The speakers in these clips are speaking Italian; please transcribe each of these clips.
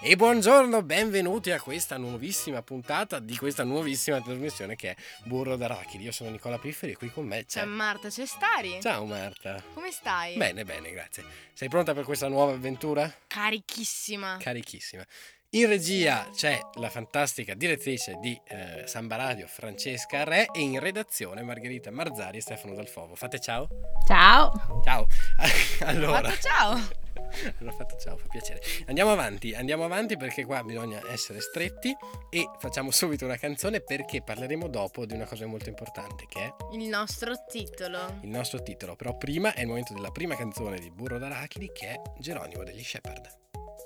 E buongiorno, benvenuti a questa nuovissima puntata di questa nuovissima trasmissione che è Burro d'Arachidi. Io sono Nicola Pifferi e qui con me c'è Marta Cestari. Ciao Marta. Come stai? Bene, grazie. Sei pronta per questa nuova avventura? Carichissima. In regia c'è la fantastica direttrice di Samba Radio Francesca Re e in redazione Margherita Marzari e Stefano Dalfovo. Fate ciao. Ciao. Allora. Fatto ciao. L'ho fatto ciao, fa piacere. Andiamo avanti perché qua bisogna essere stretti e facciamo subito una canzone perché parleremo dopo di una cosa molto importante che è il nostro titolo. Però prima è il momento della prima canzone di Burro d'Arachidi che è Geronimo degli Shepherd.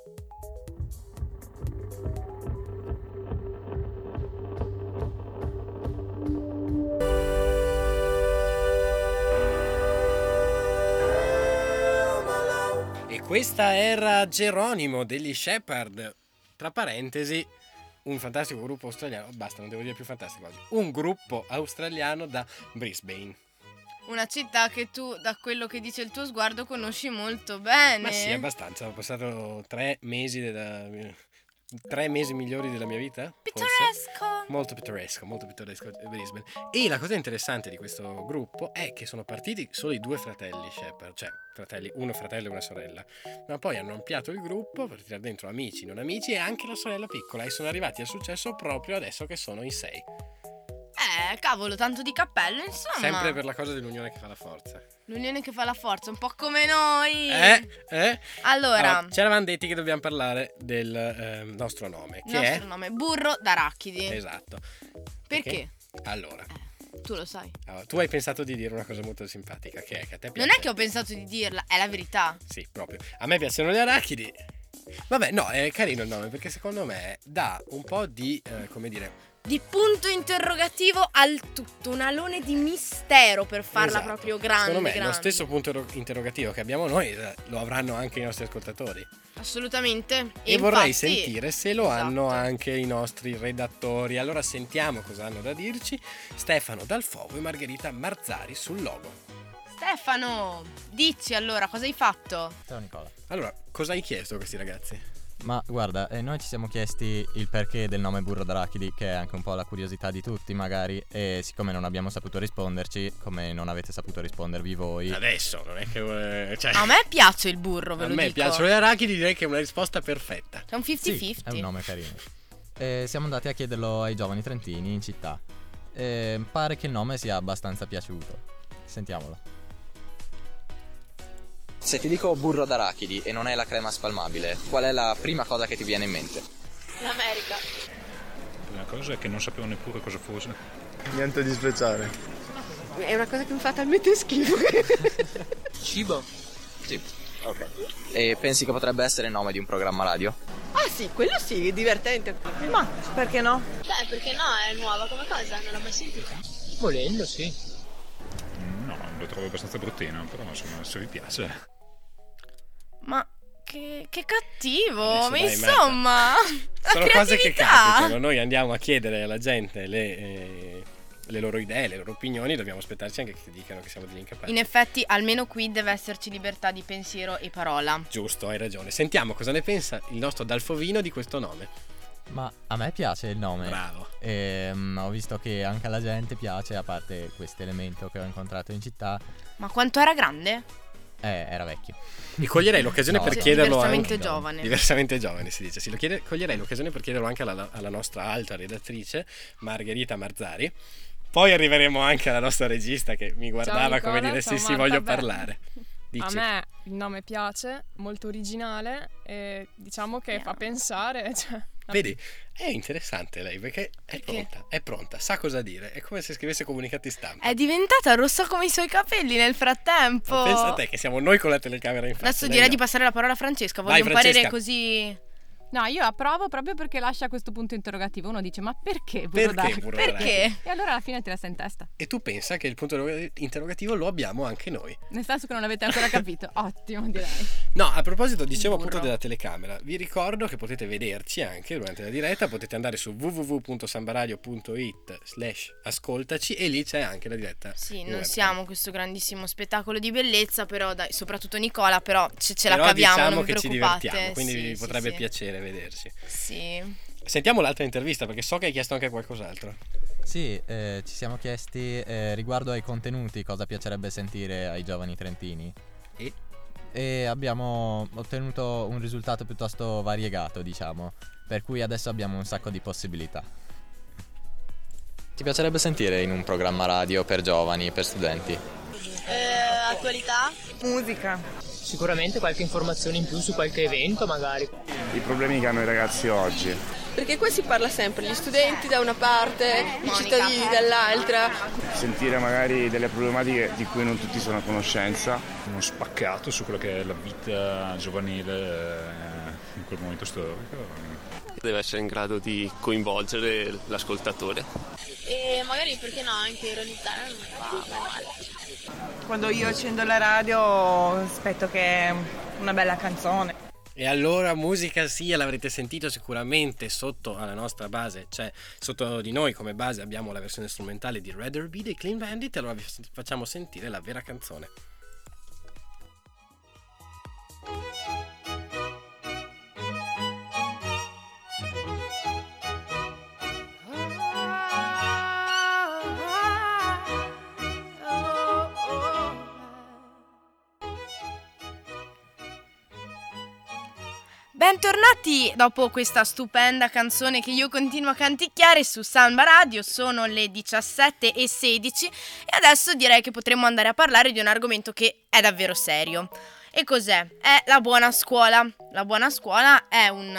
Questa era Geronimo degli Shepherd, tra parentesi un fantastico gruppo australiano, basta, non devo dire più fantastico oggi, un gruppo australiano da Brisbane. Una città che tu, da quello che dice il tuo sguardo, conosci molto bene. Ma sì, abbastanza, ho passato 3 mesi migliori della mia vita. Pittoresco. Molto pittoresco Brisbane. E la cosa interessante di questo gruppo è che sono partiti solo i 2 fratelli Shepherd, cioè uno fratello e una sorella, ma poi hanno ampliato il gruppo per tirare dentro amici, non amici e anche la sorella piccola e sono arrivati al successo proprio adesso che sono in 6. Cavolo, tanto di cappello, insomma. Sempre per la cosa dell'unione che fa la forza. L'unione che fa la forza, un po' come noi. Allora, ci eravamo detti che dobbiamo parlare del nostro nome, che è nome, Burro d'Arachidi. Esatto. Perché? Allora, tu lo sai. Allora, tu hai pensato di dire una cosa molto simpatica, che a te piace. Non è che ho pensato di dirla, è la verità. Sì, proprio. A me piacciono gli arachidi. Vabbè, no, è carino il nome perché secondo me dà un po' di, di punto interrogativo al tutto, un alone di mistero per farla proprio grande. Secondo me grande. Lo stesso punto interrogativo che abbiamo noi lo avranno anche i nostri ascoltatori. Assolutamente. E vorrei sentire se lo hanno esatto. anche i nostri redattori. Allora sentiamo cosa hanno da dirci Stefano Dalfovo e Margherita Marzari sul logo. Stefano, dici allora cosa hai fatto? Ciao Nicola. Allora, cosa hai chiesto a questi ragazzi? Ma guarda, noi ci siamo chiesti il perché del nome Burro d'Arachidi, che è anche un po' la curiosità di tutti magari, e siccome non abbiamo saputo risponderci, come non avete saputo rispondervi voi. Adesso, non è che... A me piace il burro, ve lo dico. A me piacciono gli arachidi, direi che è una risposta perfetta. È un 50-50. Sì, è un nome carino. Siamo andati a chiederlo ai giovani trentini in città. Pare che il nome sia abbastanza piaciuto. Sentiamolo. Se ti dico burro d'arachidi e non è la crema spalmabile, qual è la prima cosa che ti viene in mente? L'America. La cosa è che non sapevo neppure cosa fosse. Niente di speciale. È una cosa che mi fa talmente schifo. Cibo? Sì. Ok. E pensi che potrebbe essere il nome di un programma radio? Ah sì, quello sì, è divertente. Ma perché no? Beh, perché no, è nuova come cosa, non l'ho mai sentita. Volendo, sì. No, lo trovo abbastanza bruttino, però insomma, se vi piace. Ma che cattivo, Adesso, ma dai, insomma. Sono la cose che creatività. capitano. Noi andiamo a chiedere alla gente le loro idee, le loro opinioni, dobbiamo aspettarci anche che dicano che siamo degli incapaci. In effetti, almeno qui deve esserci libertà di pensiero e parola. Giusto, hai ragione. Sentiamo cosa ne pensa il nostro Dalfovino di questo nome. Ma a me piace il nome. Bravo. Ho visto che anche alla gente piace, a parte questo elemento che ho incontrato in città. Ma quanto era grande? Era vecchio. E coglierei l'occasione per sì, chiederlo diversamente anche giovane. Diversamente giovane si dice. Sì, coglierei l'occasione per chiederlo anche alla nostra alta redattrice Margherita Marzari. Poi arriveremo anche alla nostra regista che mi guardava Nicola, come dire sì, voglio parlare. Dici. A me il nome piace, molto originale e diciamo che fa pensare, cioè. Vedi, è interessante lei perché è pronta, sa cosa dire, è come se scrivesse comunicati stampa. È diventata rossa come i suoi capelli nel frattempo. Ma pensa a te che siamo noi con la telecamera in faccia. Adesso direi di passare la parola a Francesca, voglio un parere così. No, io approvo proprio perché lascia questo punto interrogativo. Uno dice, ma perché burro d'arachidi? Perché? E allora alla fine ti resta in testa. E tu pensa che il punto interrogativo lo abbiamo anche noi. Nel senso che non l'avete ancora capito. Ottimo, direi. No, a proposito, dicevo appunto della telecamera. Vi ricordo che potete vederci anche durante la diretta. Potete andare su www.sambaradio.it/ascoltaci e lì c'è anche la diretta. Sì, non siamo questo grandissimo spettacolo di bellezza, però dai, soprattutto Nicola, però ce la caviamo, diciamo non vi che ci preoccupate. divertiamo, quindi vi potrebbe piacere rivederci. Sì. Sentiamo l'altra intervista, perché so che hai chiesto anche qualcos'altro. Sì, ci siamo chiesti riguardo ai contenuti cosa piacerebbe sentire ai giovani trentini. E abbiamo ottenuto un risultato piuttosto variegato, diciamo, per cui adesso abbiamo un sacco di possibilità. Ti piacerebbe sentire in un programma radio per giovani, per studenti? Attualità? Musica. Sicuramente qualche informazione in più su qualche evento magari. I problemi che hanno i ragazzi oggi. Perché qua si parla sempre, gli studenti da una parte, i cittadini dall'altra. Sentire magari delle problematiche di cui non tutti sono a conoscenza. Uno spaccato su quello che è la vita giovanile in quel momento storico. Deve essere in grado di coinvolgere l'ascoltatore. E magari, perché no, anche ironizzare non fa male. Quando io accendo la radio aspetto che una bella canzone. E allora musica sia, l'avrete sentito sicuramente sotto alla nostra base, cioè sotto di noi come base abbiamo la versione strumentale di Rather Be dei Clean Bandit, allora vi facciamo sentire la vera canzone. Bentornati dopo questa stupenda canzone che io continuo a canticchiare su Samba Radio. Sono le 17:16 e adesso direi che potremmo andare a parlare di un argomento che è davvero serio. E cos'è? È la buona scuola. La buona scuola è un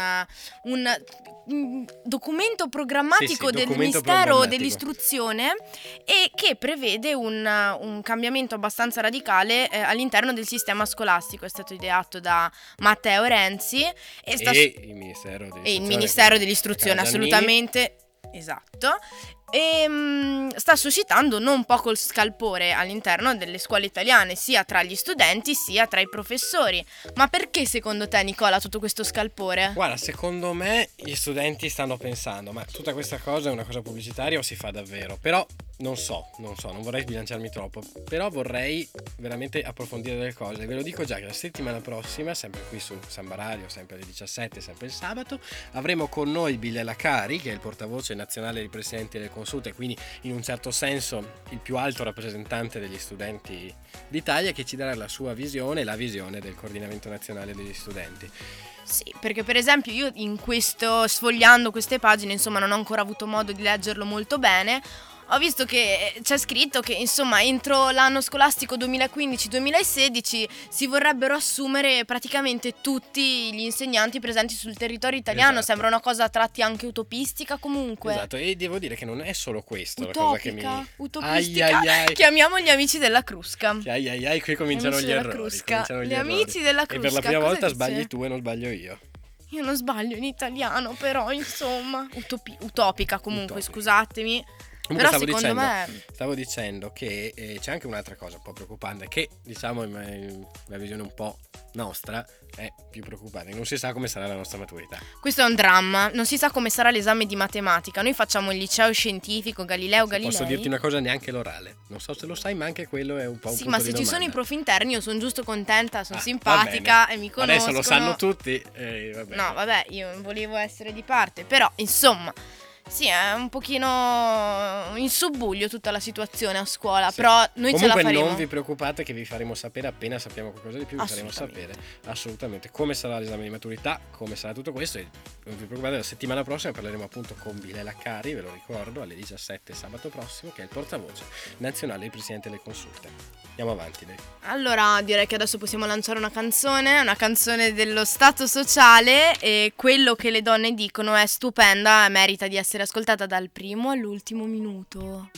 documento programmatico del Ministero dell'Istruzione e che prevede un cambiamento abbastanza radicale all'interno del sistema scolastico. È stato ideato da Matteo Renzi e il Ministero dell'Istruzione assolutamente. Esatto. E sta suscitando non poco scalpore all'interno delle scuole italiane, sia tra gli studenti sia tra i professori. Ma perché secondo te, Nicola, tutto questo scalpore? Guarda, secondo me gli studenti stanno pensando: ma tutta questa cosa è una cosa pubblicitaria o si fa davvero? Però non so, non vorrei sbilanciarmi troppo, però vorrei veramente approfondire delle cose. Ve lo dico già che la settimana prossima, sempre qui su Samba Radio, sempre alle 17, sempre il sabato, avremo con noi Bilela Cari, che è il portavoce nazionale dei presidenti delle consulte, quindi in un certo senso il più alto rappresentante degli studenti d'Italia, che ci darà la sua visione e la visione del coordinamento nazionale degli studenti. Sì, perché per esempio io sfogliando queste pagine, insomma, non ho ancora avuto modo di leggerlo molto bene. Ho visto che c'è scritto che, insomma, entro l'anno scolastico 2015-2016 si vorrebbero assumere praticamente tutti gli insegnanti presenti sul territorio italiano. Esatto. Sembra una cosa a tratti anche utopistica comunque. Esatto, e devo dire che non è solo questo utopica, la cosa che mi... utopistica. Ai. Chiamiamo gli amici della Crusca. Qui cominciano gli errori. Gli amici della Crusca. E per la prima volta dice? Sbagli tu e non sbaglio io. Io non sbaglio in italiano, però insomma utopica comunque, scusatemi. Comunque però secondo me stavo dicendo che c'è anche un'altra cosa un po' preoccupante, che diciamo in una visione un po' nostra è più preoccupante. Non si sa come sarà la nostra maturità. Questo è un dramma. Non si sa come sarà l'esame di matematica. Noi facciamo il liceo scientifico Galileo Galilei. Posso dirti una cosa, neanche l'orale. Non so se lo sai, ma anche quello è un po' un punto ma di se domanda. ci sono i prof interni io sono giusto contenta, sono simpatica e mi conoscono. Adesso lo sanno tutti. Vabbè. No, vabbè, io non volevo essere di parte, però insomma sì, è un pochino in subbuglio tutta la situazione a scuola, sì. Però noi comunque ce la faremo. Comunque non vi preoccupate che vi faremo sapere appena sappiamo qualcosa di più, vi faremo sapere assolutamente come sarà l'esame di maturità, come sarà tutto questo, e non vi preoccupate, la settimana prossima parleremo appunto con Bilela Cari, ve lo ricordo, alle 17 sabato prossimo, che è il portavoce nazionale del presidente delle consulte. Andiamo avanti, dai. Allora direi che adesso possiamo lanciare una canzone dello Stato sociale, e quello che le donne dicono è stupenda, merita di essere ascoltata dal primo all'ultimo minuto.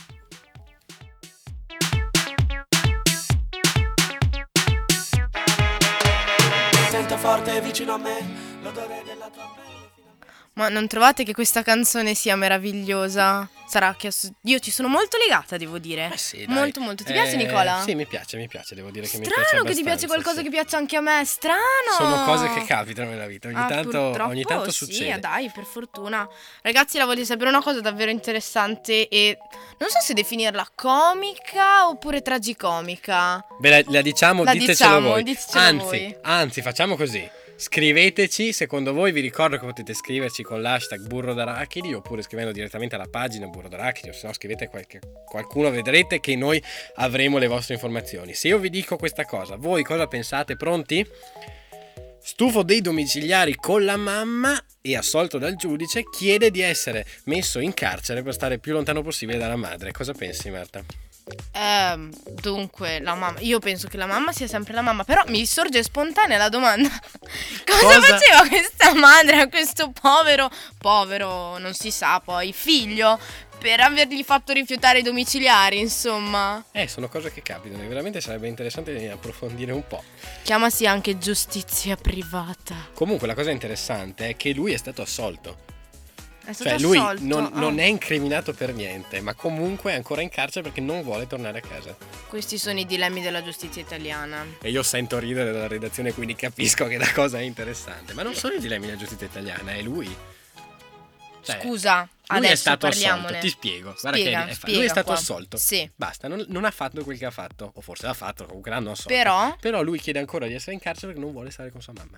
Sento forte vicino a me l'odore della tua pelle. Ma non trovate che questa canzone sia meravigliosa? Sarà che io ci sono molto legata, devo dire. Sì, dai. Molto. Ti piace, Nicola? Sì, mi piace, devo dire che mi piace abbastanza. Strano che ti piace qualcosa che piace anche a me, strano. Sono cose che capitano nella vita, ogni tanto succede. Sì, dai, per fortuna. Ragazzi, la volete sapere una cosa davvero interessante e non so se definirla comica oppure tragicomica. Beh, la diciamo, ditecelo voi. Dicelo voi. Anzi, facciamo così. Scriveteci, secondo voi, vi ricordo che potete scriverci con l'hashtag Burro d'Arachidi oppure scrivendo direttamente alla pagina Burro d'Arachidi, o se no scrivete qualcuno, vedrete che noi avremo le vostre informazioni. Se io vi dico questa cosa, voi cosa pensate? Pronti? Stufo dei domiciliari con la mamma e assolto dal giudice, chiede di essere messo in carcere per stare più lontano possibile dalla madre. Cosa pensi, Marta? Dunque, la mamma, io penso che la mamma sia sempre la mamma, però mi sorge spontanea la domanda: cosa faceva questa madre a questo povero, non si sa poi, figlio, per avergli fatto rifiutare i domiciliari, insomma? Sono cose che capitano, veramente sarebbe interessante approfondire un po'. Chiamasi anche giustizia privata. Comunque la cosa interessante è che lui è stato assolto. Cioè lui assolto. non è incriminato per niente, ma comunque è ancora in carcere perché non vuole tornare a casa. Questi sono i dilemmi della giustizia italiana. E io sento ridere dalla redazione, quindi capisco che la cosa è interessante. Ma non sono i dilemmi della giustizia italiana, è lui. Cioè, scusa, lui adesso è stato parliamone. assolto, ti spiego. Spiega Lui è stato qua. assolto. Sì. Basta, non ha fatto quel che ha fatto. O forse l'ha fatto, comunque l'hanno assolto. Però lui chiede ancora di essere in carcere perché non vuole stare con sua mamma.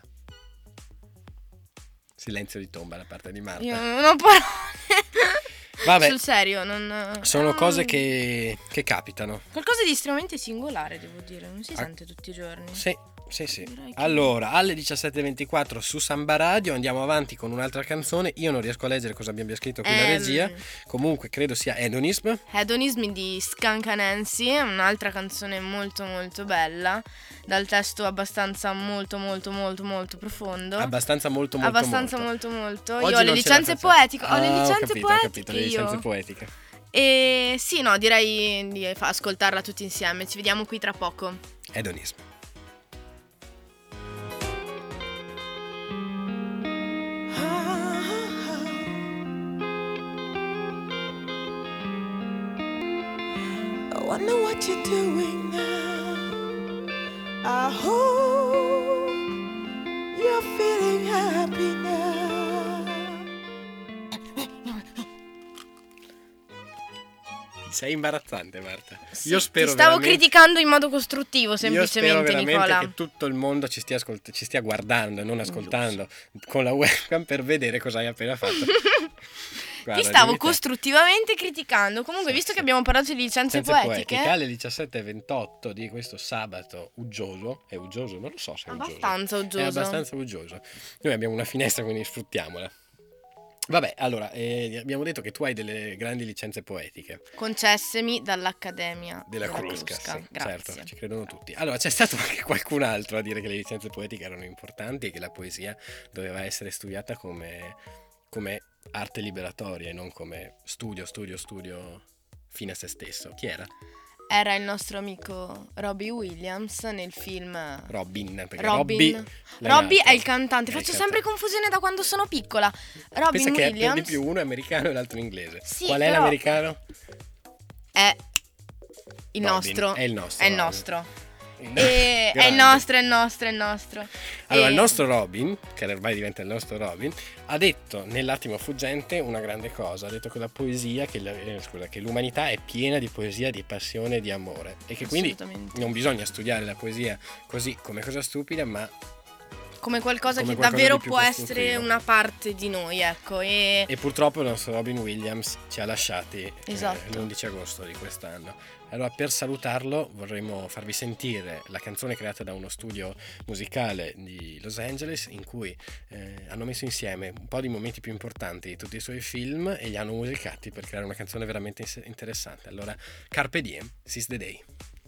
Silenzio di tomba da parte di Marta. Io non ho parole. Vabbè, sul serio, non... sono cose che capitano. Qualcosa di estremamente singolare, devo dire. Non si sente tutti i giorni. Sì. Allora, alle 17:24 su Samba Radio andiamo avanti con un'altra canzone. Io non riesco a leggere cosa abbia scritto qui la regia. Comunque credo sia Hedonism di Skunk Anansi, è un'altra canzone molto molto bella, dal testo abbastanza molto profondo. Abbastanza molto. Oggi io ho le non licenze poetiche. Ho capito, le licenze poetiche. E sì, no, direi di ascoltarla tutti insieme. Ci vediamo qui tra poco. Hedonism. I wonder what you're doing now. I hope you're feeling happy now. Sei imbarazzante, Marta. Sì, io spero ti stavo veramente... criticando in modo costruttivo, semplicemente, Io spero veramente Nicola, che tutto il mondo ci stia guardando e non ascoltando con la webcam per vedere cosa hai appena fatto. Guarda, ti stavo costruttivamente criticando. Comunque, visto che abbiamo parlato di licenze poetiche, alle 17:28 di questo sabato uggioso, è uggioso? Non lo so se è abbastanza uggioso. È abbastanza uggioso. Noi abbiamo una finestra, quindi sfruttiamola. Vabbè, allora, abbiamo detto che tu hai delle grandi licenze poetiche concessemi dall'Accademia della Crusca. Sì, grazie. Certo, ci credono tutti. Allora, c'è stato anche qualcun altro a dire che le licenze poetiche erano importanti e che la poesia doveva essere studiata come arte liberatoria e non come studio fine a se stesso. Chi era? Era il nostro amico Robbie Williams nel film Robin, perché Robbie è il cantante. Faccio sempre confusione da quando sono piccola. Robin Pensa Williams, che per di più uno è americano e l'altro inglese. Sì, qual è però l'americano? È il Robin. nostro. È il nostro. È il nostro. È il nostro. Allora, il nostro Robin, che ormai diventa il nostro Robin, ha detto nell'attimo fuggente una grande cosa. Ha detto che la poesia, che l'umanità è piena di poesia, di passione e di amore. E che quindi non bisogna studiare la poesia così come cosa stupida, ma come qualcosa che davvero può essere una parte di noi, ecco. E purtroppo il nostro Robin Williams ci ha lasciati l'11 agosto di quest'anno. Allora, per salutarlo vorremmo farvi sentire la canzone creata da uno studio musicale di Los Angeles in cui hanno messo insieme un po' di momenti più importanti di tutti i suoi film e li hanno musicati per creare una canzone veramente interessante. Allora, Carpe Diem, Seize the Day.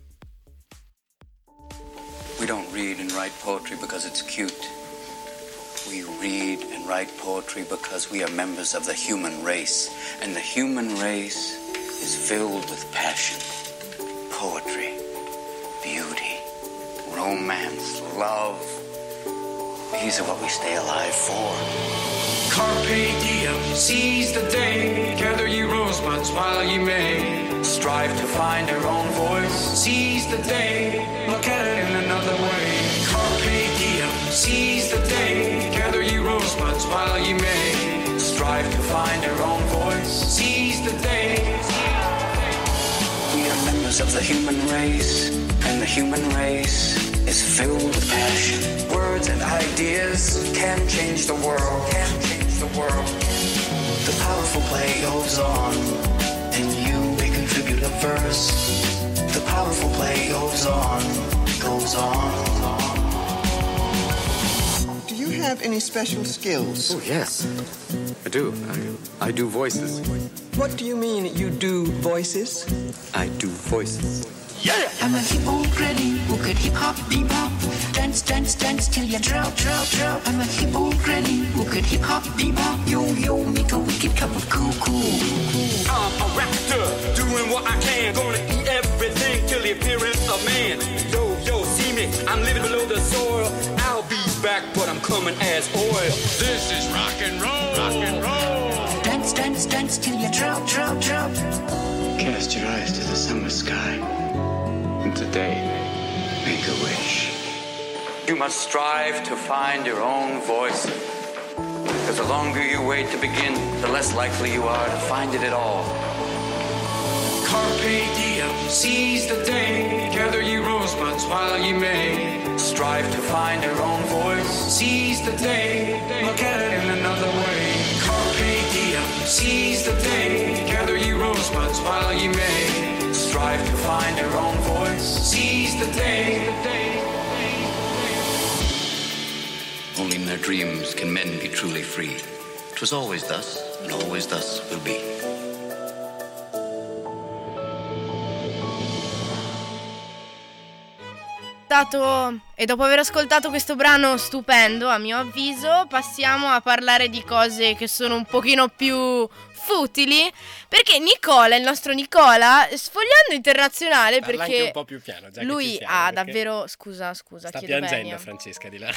We don't read and write poetry because it's cute. We read and write poetry because we are members of the human race. And the human race is filled with passion, poetry, beauty, romance, love. These are what we stay alive for. Carpe diem, seize the day. Gather ye rosebuds while ye may. Strive to find your own voice. Seize the day, look at it in another way. Carpe diem, seize the day. Gather ye rosebuds while ye may. Strive to find your own voice. Seize the day. We are members of the human race, and the human race is filled with passion. Words and ideas can change the world. The powerful play goes on, and you may contribute a verse. The powerful play goes on. Do you have any special skills? Oh, yes. I do. I do voices. What do you mean you do voices? I do voices. Yeah! I'm a hippo granny who could hip hop, bebop, dance, dance, dance till you drop. I'm a hippo granny who could hip hop, bebop, yo, make a wicked cup of cool. I'm a raptor, doing what I can. Gonna eat everything till the appearance of man. Yo, see me, I'm living below the soil. I'll be back, but I'm coming as oil. This is rock and roll. Dance, dance, dance till you drop. Cast your eyes to the summer sky, and today, make a wish. You must strive to find your own voice. Because the longer you wait to begin, the less likely you are to find it at all. Carpe diem, seize the day. Gather ye rosebuds while ye may. Strive to find your own voice. Seize the day, look at it in another way. Carpe diem, seize the day. Gather ye rosebuds while ye may. Strive to find your own voice. Seize the day. Only in their dreams can men be truly free. 'Twas always thus, and always thus will be. E dopo aver ascoltato questo brano stupendo, a mio avviso, passiamo a parlare di cose che sono un pochino più futili, perché Nicola, il nostro Nicola, Sfogliando Internazionale, parla perché anche un po' più piano, già lui che ci siamo, ha perché davvero scusa sta chiedo piangendo venia. Francesca di là.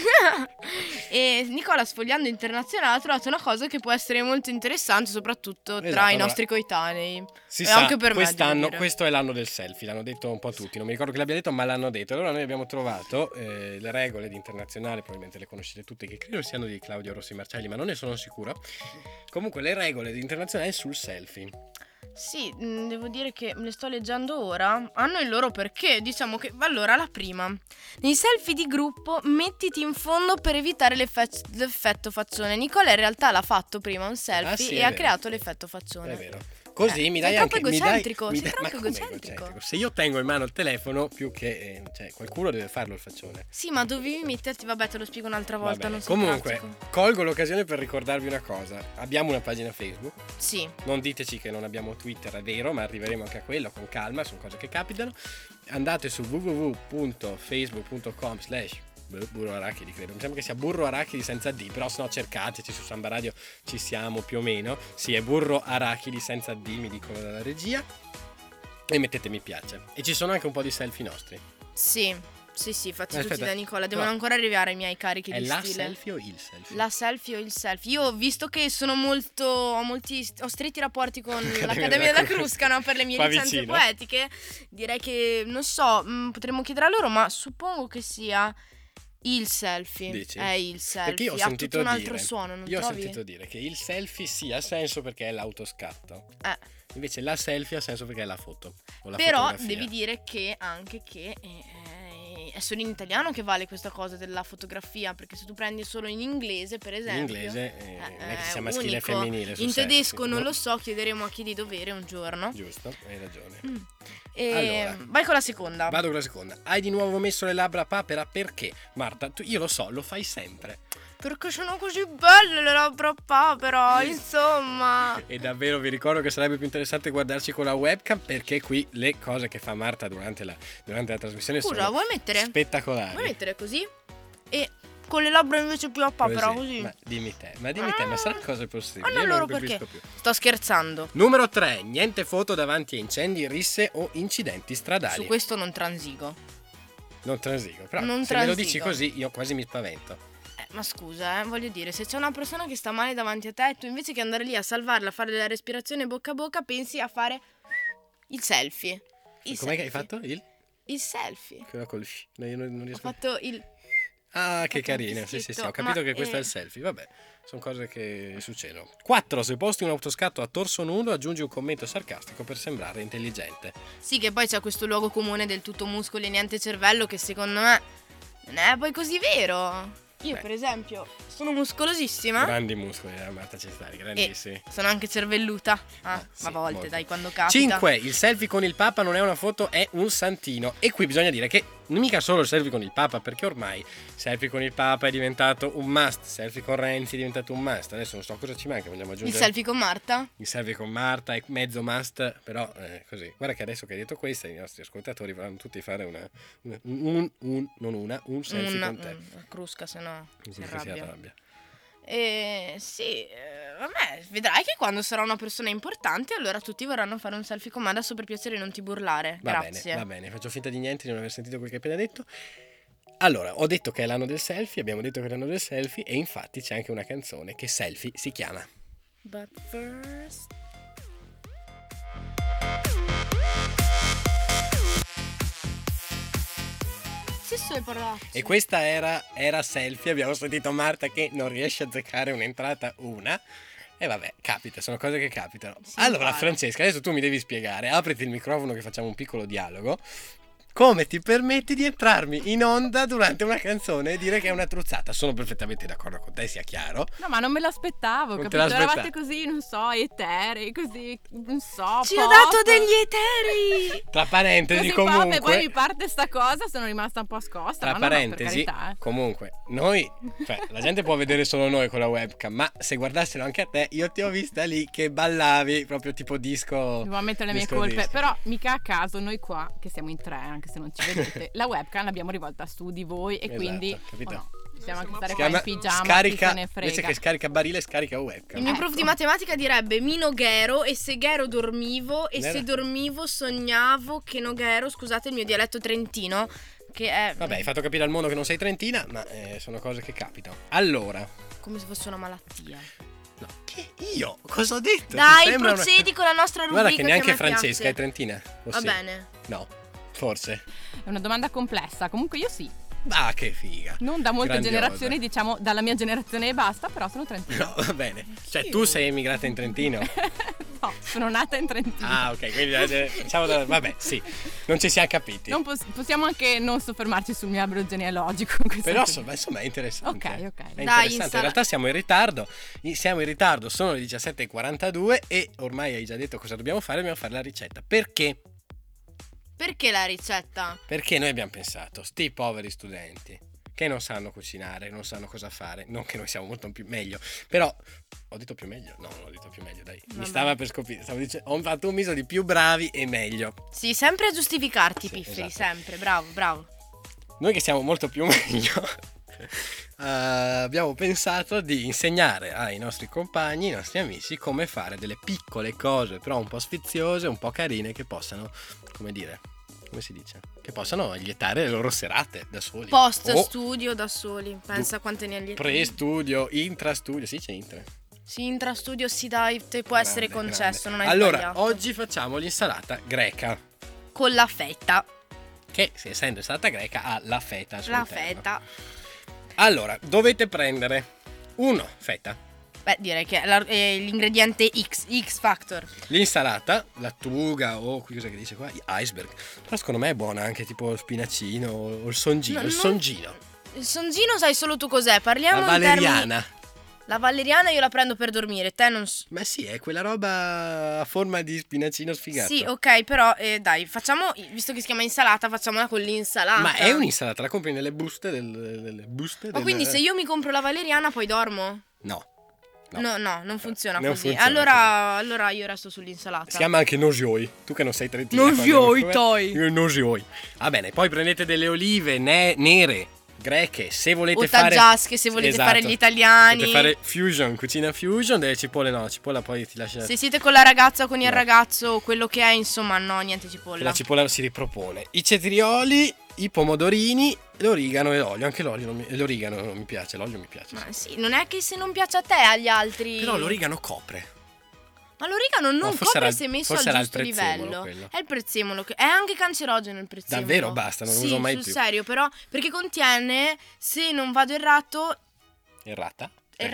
E Nicola, Sfogliando Internazionale, ha trovato una cosa che può essere molto interessante, soprattutto tra Esatto, i allora, nostri coetanei. Si e sa, anche per me, quest'anno, devo dire. questo è l'anno del selfie, l'hanno detto un po' tutti, non mi ricordo chi l'abbia detto, ma l'hanno detto. Allora noi abbiamo trovato le regole di Internazionale, probabilmente le conoscete tutte, che credo siano di Claudio Rossi Marcelli, ma non ne sono sicuro. Comunque le regole di Internazionale sul selfie. Sì, devo dire che le sto leggendo ora. Hanno il loro perché. Diciamo che, allora, la prima: nei selfie di gruppo mettiti in fondo per evitare l'effetto faccione. Nicola in realtà l'ha fatto prima un selfie sì, e è ha vero. creato l'effetto faccione. È vero. Così mi dai sei anche troppo egocentrico, mi sei dai- ma troppo com'è egocentrico. Se io tengo in mano il telefono, più che cioè, qualcuno deve farlo il faccione. Sì, ma dovevi metterti, vabbè, te lo spiego un'altra volta, Vabbè. non sono Comunque, pratico. colgo l'occasione per ricordarvi una cosa. Abbiamo una pagina Facebook. Sì. Non diteci che non abbiamo Twitter, è vero, ma arriveremo anche a quello con calma, sono cose che capitano. Andate su www.facebook.com/Burro Arachidi, credo. Mi sembra che sia Burro Arachidi senza D, però se no cercateci su Samba Radio, ci siamo più o meno. Sì, è Burro Arachidi senza D, mi dicono dalla regia. E mettete mi piace. E ci sono anche un po' di selfie nostri. Sì, fatti Aspetta, tutti da Nicola. Devono no. ancora arrivare i miei carichi È di la stile. selfie o il selfie? La selfie o il selfie? Io ho visto che sono ho stretti rapporti con l'Accademia della Crusca, no? Per le mie Qua licenze vicino. poetiche. Direi che, non so, potremmo chiedere a loro, ma suppongo che sia il selfie. Dici? È il selfie. Perché io ho ha sentito tutto un altro dire, suono, non io trovi? ho sentito dire che il selfie sì ha senso perché è l'autoscatto. Invece la selfie ha senso perché è la foto. O la Però fotografia. devi dire che anche che è solo in italiano che vale questa cosa della fotografia, perché se tu prendi solo in inglese, per esempio, In inglese non è che sia maschile e unico. femminile. sul In selfie, tedesco non no? lo so, chiederemo a chi di dovere un giorno. Giusto, hai ragione. Allora, vai con la seconda. Vado con la seconda. Hai di nuovo messo le labbra a papera perché? Marta, io lo so, lo fai sempre. Perché sono così belle le labbra a papera, insomma. E davvero vi ricordo che sarebbe più interessante guardarci con la webcam, perché qui le cose che fa Marta durante la trasmissione Scusa, sono vuoi mettere? spettacolari. Vuoi mettere così? E con le labbra invece più a papera, così. Ma dimmi te, ma sarà cosa possibile? Ma non Io loro non perché? capisco più. Sto scherzando. Numero 3, niente foto davanti a incendi, risse o incidenti stradali. Su questo non transigo. Non transigo, però Non se me lo transigo. dici così io quasi mi spavento. Ma scusa, voglio dire, se c'è una persona che sta male davanti a te, tu invece che andare lì a salvarla, a fare la respirazione bocca a bocca, pensi a fare il selfie. Com'è che hai fatto? Il selfie. Quello col sh. No, io non Ho riesco. fatto il Ah, che carino. Sì, ho capito che questo è il selfie. Vabbè, sono cose che succedono. 4. Se posti un autoscatto a torso nudo, aggiungi un commento sarcastico per sembrare intelligente. Sì, che poi c'è questo luogo comune del tutto muscoli e niente cervello che secondo me non è poi così vero. Io per esempio sono muscolosissima. Grandi muscoli, Marta Cestari, grandissimi. E sono anche cervelluta. Sì, a volte, molto. dai, quando capita. 5. Il selfie con il Papa non è una foto, è un santino. E qui bisogna dire che non mica solo il selfie con il Papa, perché ormai selfie con il Papa è diventato un must, selfie con Renzi è diventato un must. Adesso non so cosa ci manca, vogliamo aggiungere. Il selfie con Marta? Il selfie con Marta è mezzo must, però così. Guarda che adesso che hai detto questo, i nostri ascoltatori vorranno tutti fare un selfie con te. Una crusca, se no si arrabbia. Sì, vabbè, vedrai che quando sarà una persona importante allora tutti vorranno fare un selfie con me. Adesso per piacere non ti burlare. Grazie. Va bene, faccio finta di niente, di non aver sentito quel che hai appena detto. Allora, ho detto che è l'anno del selfie, abbiamo detto che è l'anno del selfie e infatti c'è anche una canzone che Selfie si chiama. But first... E questa era Selfie, abbiamo sentito Marta che non riesce a azzeccare un'entrata una. E vabbè, capita, sono cose che capitano. Allora Francesca, adesso tu mi devi spiegare, apriti il microfono che facciamo un piccolo dialogo. Come ti permetti di entrarmi in onda durante una canzone e dire che è una truzzata? Sono perfettamente d'accordo con te, sia chiaro. No, ma non me l'aspettavo, non capito? Eravate così, non so, eterei, così, non so. Ci ho dato degli eteri! Tra parentesi, così comunque. Poi mi parte sta cosa, sono rimasta un po' scossa. Tra parentesi, comunque, noi, cioè, la gente può vedere solo noi con la webcam, ma se guardassero anche a te, io ti ho vista lì che ballavi, proprio tipo disco. Devo ammettere le mie colpe, disco. Però mica a caso noi qua, che siamo in tre, anche se non ci vedete, la webcam l'abbiamo rivolta su di voi e quindi possiamo anche stare qua in pigiama, scarica, chi se ne frega. Invece che scarica barile, scarica webcam. Il mio prof di matematica direbbe mi noghero e se ghero dormivo e se dormivo sognavo che noghero, scusate il mio dialetto trentino, che è... Vabbè, hai fatto capire al mondo che non sei trentina, ma sono cose che capitano. Allora, come se fosse una malattia. No, che io? Cosa ho detto? Dai, procedi con la nostra rubrica. Guarda che neanche Francesca è trentina. Va bene. No, forse. È una domanda complessa, comunque io sì. Ah, che figa. Non da molte generazioni, diciamo dalla mia generazione e basta, però sono trentina. No, va bene. Cioè, tu sei emigrata in Trentino? No, sono nata in Trentino. Ah, ok, quindi diciamo vabbè, sì. Non ci siamo capiti. Non possiamo anche non soffermarci sul mio albero genealogico. Però insomma è interessante. Ok. È interessante. In realtà siamo in ritardo. Sono le 17:42 e ormai hai già detto cosa dobbiamo fare. Dobbiamo fare la ricetta. Perché? Perché la ricetta? Perché noi abbiamo pensato, sti poveri studenti che non sanno cucinare, non sanno cosa fare, non che noi siamo molto più meglio, però ho detto più meglio? No, non ho detto più meglio, dai. Vabbè. Mi stava per scoprire, stavo dicendo, ho fatto un miso di più bravi e meglio. Sì, sempre a giustificarti, sì, Pifferi, esatto. sempre, bravo. Noi che siamo molto più meglio abbiamo pensato di insegnare ai nostri compagni, ai nostri amici come fare delle piccole cose però un po' sfiziose, un po' carine che possano, come si dice? Che possano lietare le loro serate da soli. Post studio da soli. Pensa quante ne lietano. Pre-studio, intra-studio, sì c'è intra. Sì, intra-studio sì dai, te può essere concesso, non hai allora, sbagliato. oggi facciamo l'insalata greca. Con la feta. Che, essendo insalata greca, ha la feta al suo interno. Feta. Allora, dovete prendere feta. Beh, direi che è l'ingrediente X Factor. L'insalata, lattuga o cosa che dice qua? Iceberg. Però secondo me è buona anche tipo spinacino o il songino. Il songino sai solo tu cos'è? Parliamo la valeriana. La valeriana io la prendo per dormire, te non so. Ma sì, è quella roba a forma di spinacino sfigato. Sì, ok, però dai, facciamo, visto che si chiama insalata, facciamola con l'insalata. Ma è un'insalata, la compri nelle buste Ma quindi se io mi compro la valeriana poi dormo? No. No, non funziona non così. Funziona allora io resto sull'insalata. Si chiama anche nosioi. Tu che non sei trentina. Nosioi. Va bene, poi prendete delle olive nere, greche, se volete fare taggiasche, se volete fare gli italiani. Potete fare fusion, cucina fusion, delle cipolle no, la cipolla poi ti lascia. Se siete con la ragazza o con il ragazzo, quello che è, insomma, no, niente cipolla. La cipolla si ripropone. I cetrioli, i pomodorini, l'origano e l'olio. Anche l'origano non mi piace, l'olio mi piace. Ma sì, non è che se non piace a te agli altri. Però l'origano copre. Ma l'origano non copre se messo al giusto livello. È il prezzemolo, è anche cancerogeno il prezzemolo. Davvero? Basta, non lo uso mai più. Sì, sul serio, però, perché contiene, se non vado errato... Errata,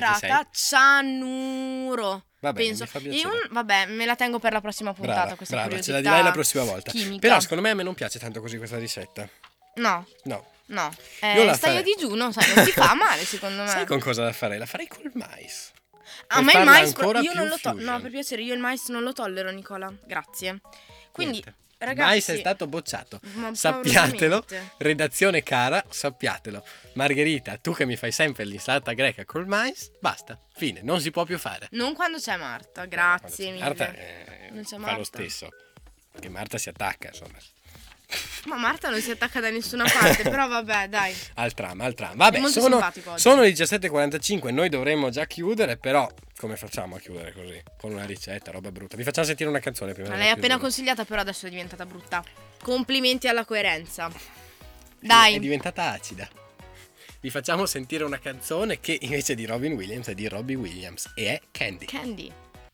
cianuro. Va bene, penso. Mi fa piacere. Vabbè, me la tengo per la prossima puntata. Brava, ce la dirai la prossima volta. Chimica. Però secondo me a me non piace tanto così questa ricetta. No. Stai a digiuno, sai, non ti fa male secondo me. Sai con cosa la farei? La farei col mais. A me il mais io non lo tollero. No, per piacere, io il mais non lo tollero, Nicola. Grazie. Quindi, ragazzi, mais è stato bocciato. Sappiatelo, redazione cara, sappiatelo. Margherita, tu che mi fai sempre l'insalata greca col mais, basta, fine, non si può più fare. Non quando c'è Marta, grazie mille. Marta non c'è fa Marta. lo stesso. Perché Marta si attacca, insomma. Ma Marta non si attacca da nessuna parte, però vabbè, dai. Al tram. Vabbè, sono le 17:45, noi dovremmo già chiudere, però come facciamo a chiudere così? Con una ricetta, roba brutta. Vi facciamo sentire una canzone prima. Ma l'hai appena consigliata, però adesso è diventata brutta. Complimenti alla coerenza. Dai. È diventata acida. Vi facciamo sentire una canzone che invece di Robin Williams è di Robbie Williams e è Candy. Candy.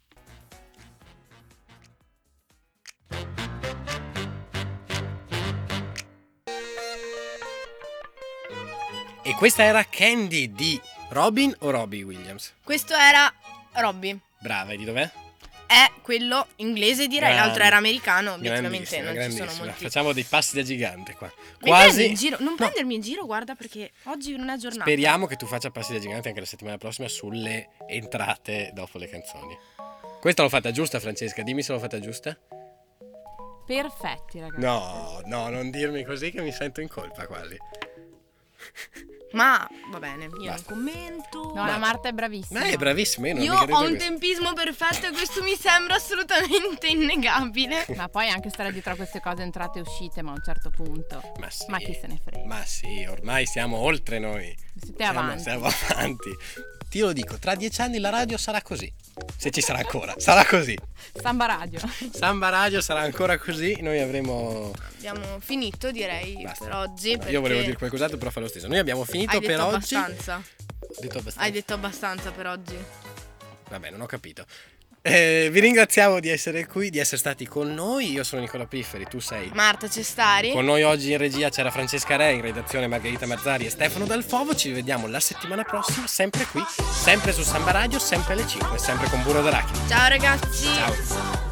E questa era Candy di Robin o Robbie Williams? Questo era Robbie. Brava, e di dov'è? È quello inglese, direi. L'altro era americano. Obiettivamente non ci sono molti. Facciamo dei passi da gigante qua. Quasi in giro. Non prendermi in giro, guarda, perché oggi non è giornata. Speriamo che tu faccia passi da gigante anche la settimana prossima sulle entrate dopo le canzoni. Questa l'ho fatta giusta, Francesca? Dimmi se l'ho fatta giusta. Perfetti, ragazzi. No, non dirmi così che mi sento in colpa quasi. Ma va bene, io non commento. No, la Marta è bravissima. Ma è bravissima. Io ho un tempismo perfetto e questo mi sembra assolutamente innegabile. Ma poi anche stare dietro a queste cose entrate e uscite, ma a un certo punto. Ma chi se ne frega. Ma sì, ormai siamo oltre noi. Siamo avanti. Ti lo dico, tra 10 anni la radio sarà così. Se ci sarà ancora, sarà così. Samba Radio sarà ancora così. Noi abbiamo finito, direi. Basta. Per oggi. Io volevo dire qualcos'altro, però fa lo stesso. Noi abbiamo finito per oggi. Hai detto abbastanza per oggi. Vabbè, non ho capito. Vi ringraziamo di essere qui, di essere stati con noi. Io sono Nicola Pifferi, tu sei Marta Cestari. Con noi oggi in regia c'era Francesca Re, in redazione Margherita Mazzari e Stefano Dal Fovo. Ci rivediamo la settimana prossima, sempre qui, sempre su Samba Radio, sempre alle 5, sempre con burro d'arachidi. Ciao ragazzi. Ciao.